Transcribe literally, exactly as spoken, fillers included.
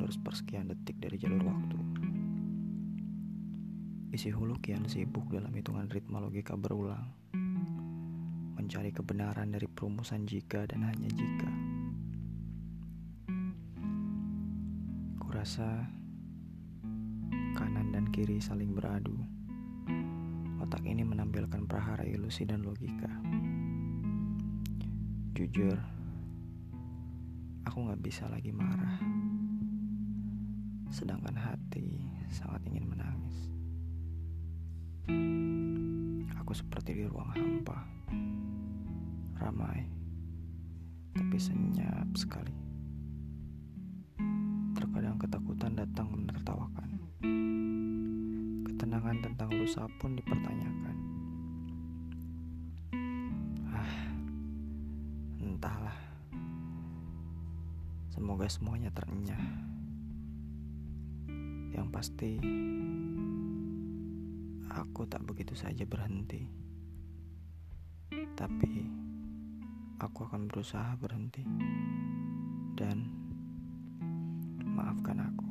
sepersekian detik dari jalur waktu. Isi hulu kian sibuk dalam hitungan ritma logika berulang, mencari kebenaran dari perumusan jika dan hanya jika. Kurasa kanan dan kiri saling beradu. Otak ini menampilkan prahara ilusi dan logika. Jujur, aku gak bisa lagi marah, sedangkan hati sangat ingin menangis. Aku seperti di ruang hampa, ramai, tapi senyap sekali. Terkadang ketakutan datang menertawakan. Ketenangan tentang lusa pun dipertanyakan. Ah, entahlah. Semoga semuanya terenyah. Yang pasti, aku tak begitu saja berhenti. Tapi, aku akan berusaha berhenti. Dan maafkan aku.